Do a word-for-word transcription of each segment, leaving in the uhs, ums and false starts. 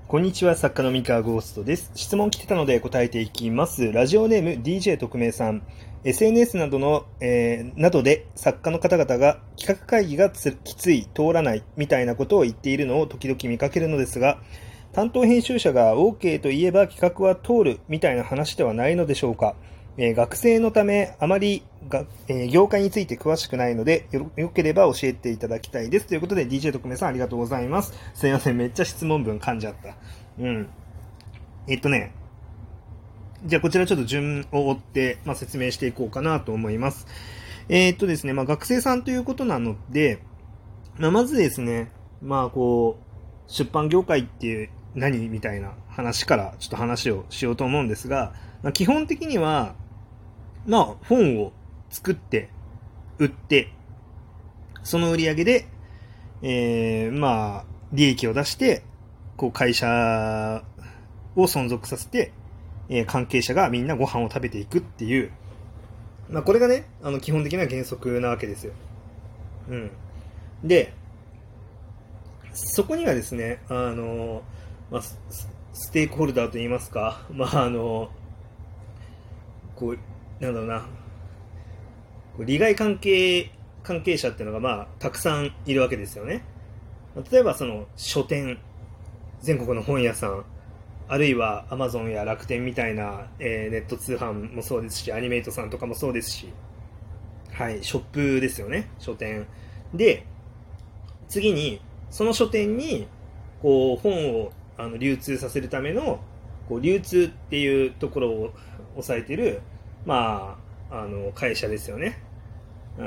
こんにちは、作家の三河ゴーストです。質問来てたので答えていきます。ラジオネーム ディージェー 特命さん。エスエヌエス などの、えー、などで作家の方々が企画会議がつきつい、通らないみたいなことを言っているのを時々見かけるのですが、担当編集者が OK と言えば企画は通るみたいな話ではないのでしょうか。えー、学生のためあまりが、えー、業界について詳しくないのでよ、よければ教えていただきたいです。ということで ディージェー 特命さんありがとうございます。すいません、めっちゃ質問文噛んじゃった。うん。えっとね、じゃあこちらちょっと順を追って、まあ、説明していこうかなと思います。えー、っとですね、まあ、学生さんということなので、まあ、まずですね、まあこう、出版業界っていう何みたいな話からちょっと話をしようと思うんですが、まあ、基本的には、まあ本を作って売ってその売り上げで、えー、まあ利益を出してこう会社を存続させて、えー、関係者がみんなご飯を食べていくっていう、まあ、これがねあの基本的な原則なわけですよ。うん、でそこにはですねあの、まあ、ステークホルダーといいますか、まああのこうなんだろうな利害関係関係者っていうのがまあたくさんいるわけですよね。例えばその書店、全国の本屋さん、あるいはアマゾンや楽天みたいな、えー、ネット通販もそうですし、アニメイトさんとかもそうですし、はい、ショップですよね、書店で。次にその書店にこう本をあの流通させるためのこう流通っていうところを抑えてる、まあ、あの会社ですよね。うん、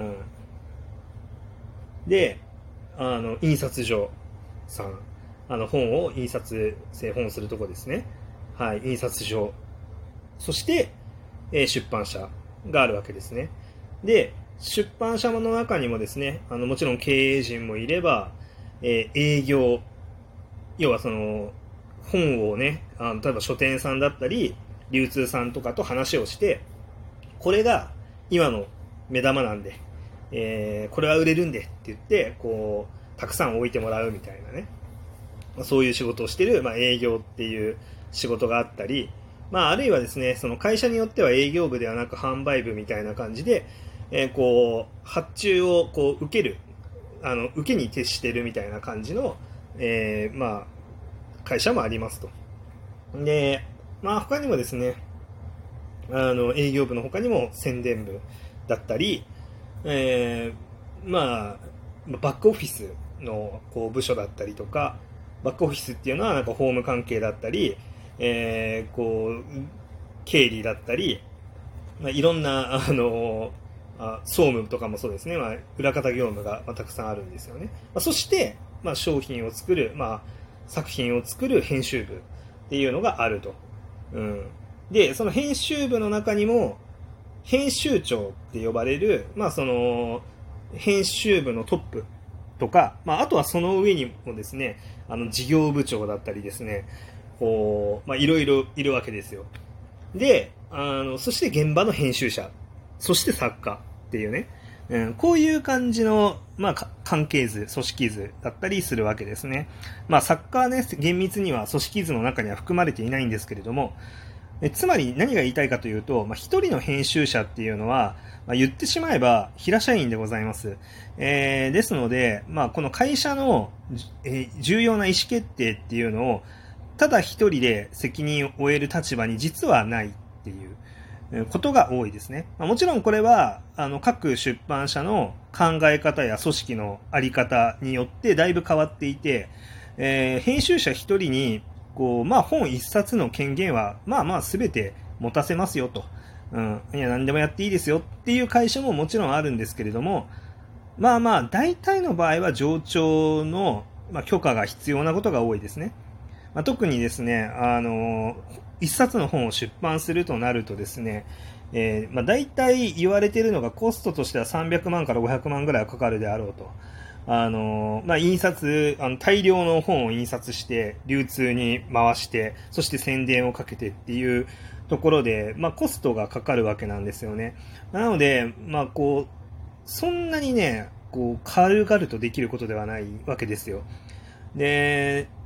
であの印刷所さん、あの本を印刷製本するとこですね。はい、印刷所、そして、えー出版社があるわけですね。で出版社の中にもですね、あのもちろん経営陣もいれば、えー営業、要はその本をねあの例えば書店さんだったり流通さんとかと話をして、これが今の目玉なんで、えーこれは売れるんでって言ってこうたくさん置いてもらうみたいなね、そういう仕事をしてる、まあ、営業っていう仕事があったり、まあ、あるいはですねその会社によっては営業部ではなく販売部みたいな感じで、えーこう発注をこう受けるあの受けに徹してるみたいな感じの、えーまあ、会社もありますと。で、まあ、他にもですねあの営業部の他にも宣伝部だったり、えーまあ、バックオフィスのこう部署だったりとか、バックオフィスっていうのはなんか法務関係だったり、えーこう経理だったり、まあ、いろんなあのあ総務とかもそうですね、まあ、裏方業務が、まあ、たくさんあるんですよね。まあ、そして、まあ、商品を作る、まあ、作品を作る編集部っていうのがあると。うん、でその編集部の中にも編集長って呼ばれる、まあ、その編集部のトップとか、まあ、あとはその上にもですねあの事業部長だったりですね、こう、まあ、いろいろいるわけですよ。であのそして現場の編集者、そして作家っていうね、うん、こういう感じの、まあ、関係図、組織図だったりするわけですね。まあ、作家はね厳密には組織図の中には含まれていないんですけれども、えつまり何が言いたいかというと、まあ、一人の編集者っていうのは、まあ、言ってしまえば平社員でございます。えー、ですので、まあ、この会社の、えー重要な意思決定っていうのをただ一人で責任を負える立場に実はないっていうことが多いですね。まあ、もちろんこれはあの各出版社の考え方や組織のあり方によってだいぶ変わっていて、えー編集者一人にこう、まあ、本一冊の権限はまあまあ全て持たせますよと、うん、いや何でもやっていいですよっていう会社ももちろんあるんですけれども、まあまあ大体の場合は上長の、まあ、許可が必要なことが多いですね。まあ、特にですね、あの一冊の本を出版するとなるとですね、えーまあ、大体言われているのがコストとしてはさんびゃくまんからごひゃくまんぐらいはかかるであろうと。あのまあ、印刷あの大量の本を印刷して流通に回してそして宣伝をかけてっていうところで、まあ、コストがかかるわけなんですよね。なので、まあ、こうそんなにねこう軽々とできることではないわけですよ。で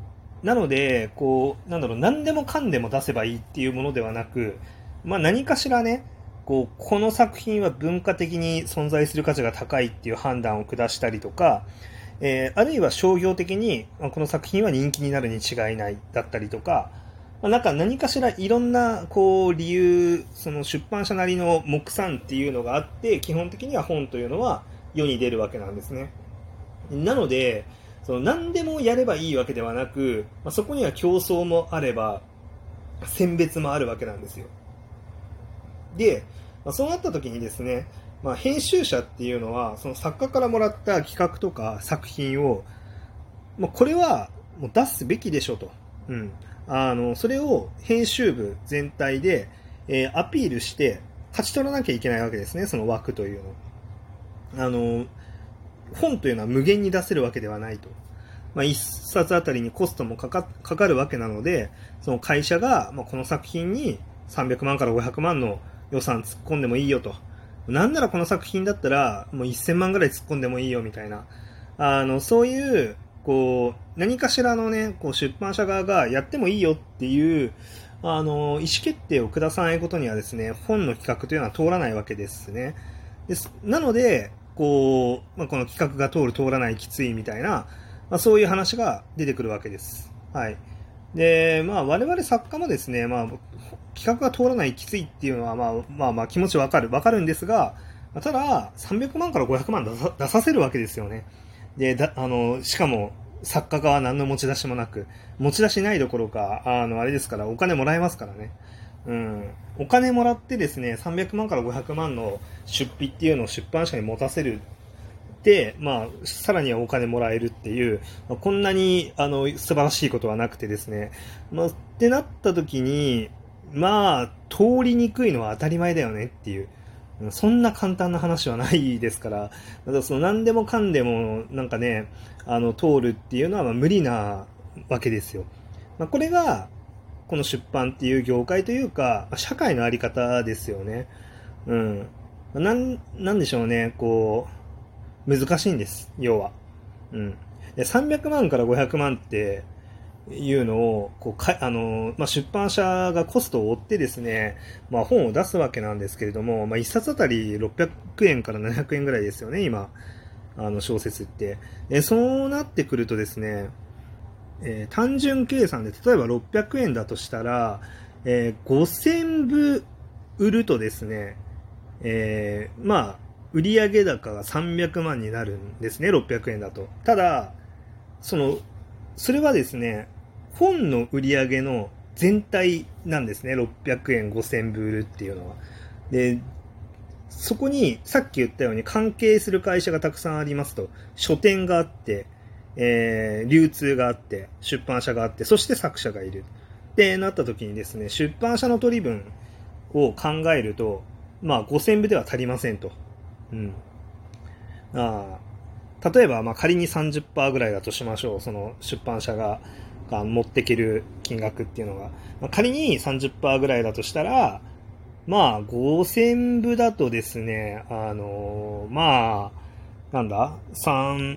なので、こう、なんだろう、何でもかんでも出せばいいっていうものではなく、まあ何かしらね、こう、この作品は文化的に存在する価値が高いっていう判断を下したりとか、えー、あるいは商業的に、この作品は人気になるに違いないだったりとか、まあ、なんか何かしらいろんなこう理由、その出版社なりの目算っていうのがあって、基本的には本というのは世に出るわけなんですね。なので、その何でもやればいいわけではなく、まあ、そこには競争もあれば、選別もあるわけなんですよ。で、まあ、そうなった時にですね、まあ、編集者っていうのは、その作家からもらった企画とか作品を、まあ、これはもう出すべきでしょと。うん。あの、それを編集部全体で、えー、アピールして勝ち取らなきゃいけないわけですね、その枠というの。あの、本というのは無限に出せるわけではないと。まあ、一冊あたりにコストもかか、かかるわけなので、その会社が、まあ、この作品にさんびゃくまんからごひゃくまんの予算突っ込んでもいいよと。なんならこの作品だったら、もうせんまんぐらい突っ込んでもいいよみたいな。あの、そういう、こう、何かしらのね、こう出版社側がやってもいいよっていう、あの、意思決定を下さないことにはですね、本の企画というのは通らないわけですね。です。なので、こう、まあ、この企画が通る通らないきついみたいな、まあ、そういう話が出てくるわけです。はい。で、まあ、我々作家もですね、まあ、企画が通らないきついっていうのは、まあ、まあ、まあ、気持ちわかる、わかるんですが、ただ、さんびゃくまんからごひゃくまん出さ、出させるわけですよね。で、だ、あの、しかも、作家側は何の持ち出しもなく、持ち出しないどころか、あの、あれですから、お金もらえますからね。うん。お金もらってですね、さんびゃくまんからごひゃくまんの出費っていうのを出版社に持たせるで、まあ、さらにはお金もらえるっていう、まあ、こんなに、あの、素晴らしいことはなくてですね。まあ、ってなった時に、まあ、通りにくいのは当たり前だよねっていう。そんな簡単な話はないですから、だからその何でもかんでも、なんかね、あの、通るっていうのはまあ無理なわけですよ。まあ、これが、この出版っていう業界というか、社会のあり方ですよね。うん。なん、なんでしょうね、こう、難しいんです、要は。うん。で、さんびゃくまんからごひゃくまんっていうのを、こうか、あの、まあ、出版社がコストを追ってですね、まあ、本を出すわけなんですけれども、まあ、いっさつあたりろっぴゃくえんからななひゃくえんぐらいですよね、今。あの、小説って。え、そうなってくるとですね、えー単純計算で、例えばろっぴゃくえんだとしたら、えーごせんぶ売るとですね、えーまあ、売上高がさんびゃくまんになるんですね、ろっぴゃくえんだと。ただ、その、それはですね、本の売上の全体なんですね、ろっぴゃくえんごせんぶ売るっていうのは。で、そこに、さっき言ったように関係する会社がたくさんありますと。書店があって、えー、流通があって、出版社があって、そして作者がいる。ってなった時にですね、出版社の取り分を考えると、まあごせんぶでは足りませんと。うん。あ例えば、まあ仮にさんじゅっパーセントぐらいだとしましょう。その出版社が、が持ってける金額っていうのが。まあ、仮にさんじゅっパーセントぐらいだとしたら、まあごせんぶだとですね、あのーまあ、なんだ ?さん、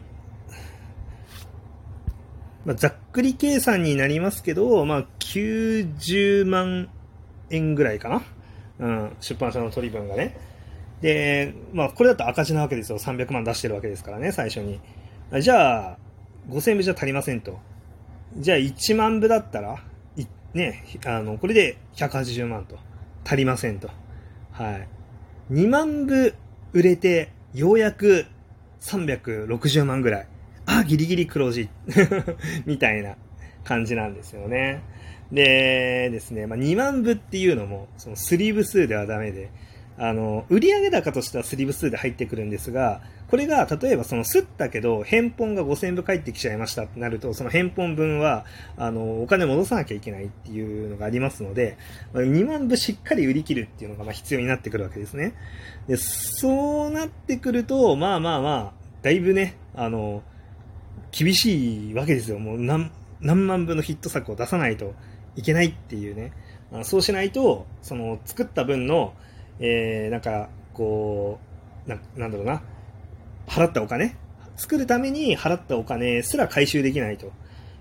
まあ、ざっくり計算になりますけど、まあきゅうじゅうまんえんぐらいかな。うん、出版社の取り分がね。で、まあ、これだと赤字なわけですよ。さんびゃくまん出してるわけですからね、最初に。じゃあ、ごせんぶじゃ足りませんと。じゃあ、いちまんぶだったら、いね、あの、これでひゃくはちじゅうまんと。足りませんと。はい。にまんぶ売れて、ようやくさんびゃくろくじゅうまんぐらい。あ、ギリギリ黒字。みたいな感じなんですよね。でですね、まあ、にまんぶっていうのも、そのスリーブ数ではダメで、あの、売上高としてはスリーブ数で入ってくるんですが、これが、例えばその、すったけど、返本がごせんぶ返ってきちゃいましたってなると、その返本分は、あの、お金戻さなきゃいけないっていうのがありますので、にまんぶしっかり売り切るっていうのが、まあ、必要になってくるわけですね。で、そうなってくると、まあまあまあ、だいぶね、あの、厳しいわけですよ。もう何、何万部のヒット作を出さないといけないっていうね。そうしないと、その、作った分の、えー、なんか、こう、な、なんだろうな、払ったお金作るために払ったお金すら回収できないと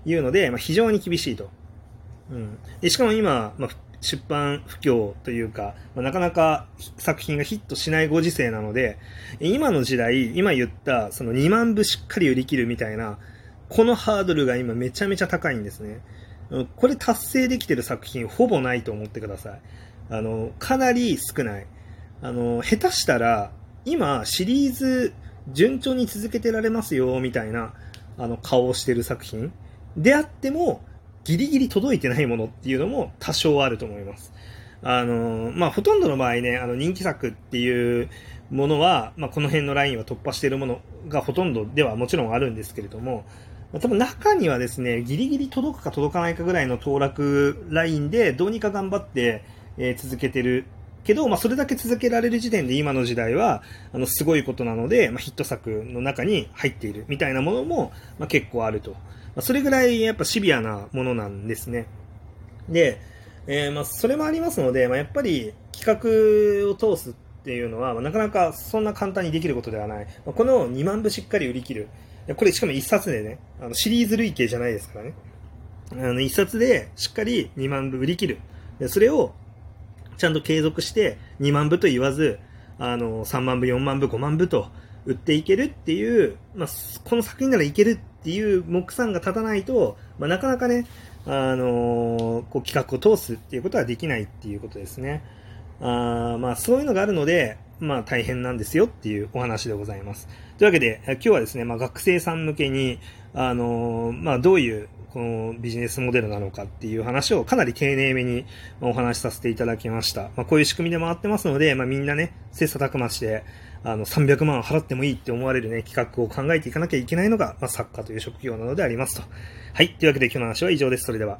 いうので、まあ、非常に厳しいと。うん、でしかも今、まあ、出版不況というか、まあ、なかなか作品がヒットしないご時世なので、今の時代、今言ったそのにまんぶしっかり売り切るみたいな、このハードルが今めちゃめちゃ高いんですね。これ達成できてる作品ほぼないと思ってください。あの、かなり少ない。あの、下手したら、今シリーズ順調に続けてられますよ、みたいな、あの、顔をしてる作品であっても、ギリギリ届いてないものっていうのも多少あると思います。あの、まあ、ほとんどの場合ね、あの、人気作っていうものは、まあ、この辺のラインは突破しているものがほとんどではもちろんあるんですけれども、多分中にはですね、ギリギリ届くか届かないかぐらいの騰落ラインでどうにか頑張って、えー、続けてるけど、まあ、それだけ続けられる時点で今の時代はあのすごいことなので、まあ、ヒット作の中に入っているみたいなものも、まあ、結構あると。まあ、それぐらいやっぱシビアなものなんですね。で、えー、まあそれもありますので、まあ、やっぱり企画を通すっていうのは、まあ、なかなかそんな簡単にできることではない。まあ、このにまんぶしっかり売り切る。これしかも一冊でね、あのシリーズ累計じゃないですからね。あの一冊でしっかりにまんぶ売り切る。でそれをちゃんと継続してにまんぶと言わず、あのさんまんぶ、よんまんぶ、ごまんぶと売っていけるっていう、まあ、この作品ならいけるっていう目算が立たないと、まあ、なかなかね、あのこう企画を通すっていうことはできないっていうことですね。あまあそういうのがあるので、まあ大変なんですよっていうお話でございます。というわけで、今日はですね、まあ学生さん向けに、あのまあどういうこのビジネスモデルなのかっていう話をかなり丁寧めにお話しさせていただきました。まあこういう仕組みで回ってますので、まあみんなね、切磋琢磨して、あのさんびゃくまん払ってもいいって思われるね、企画を考えていかなきゃいけないのが、まあ作家という職業なのでありますと。はい。というわけで今日の話は以上です。それでは。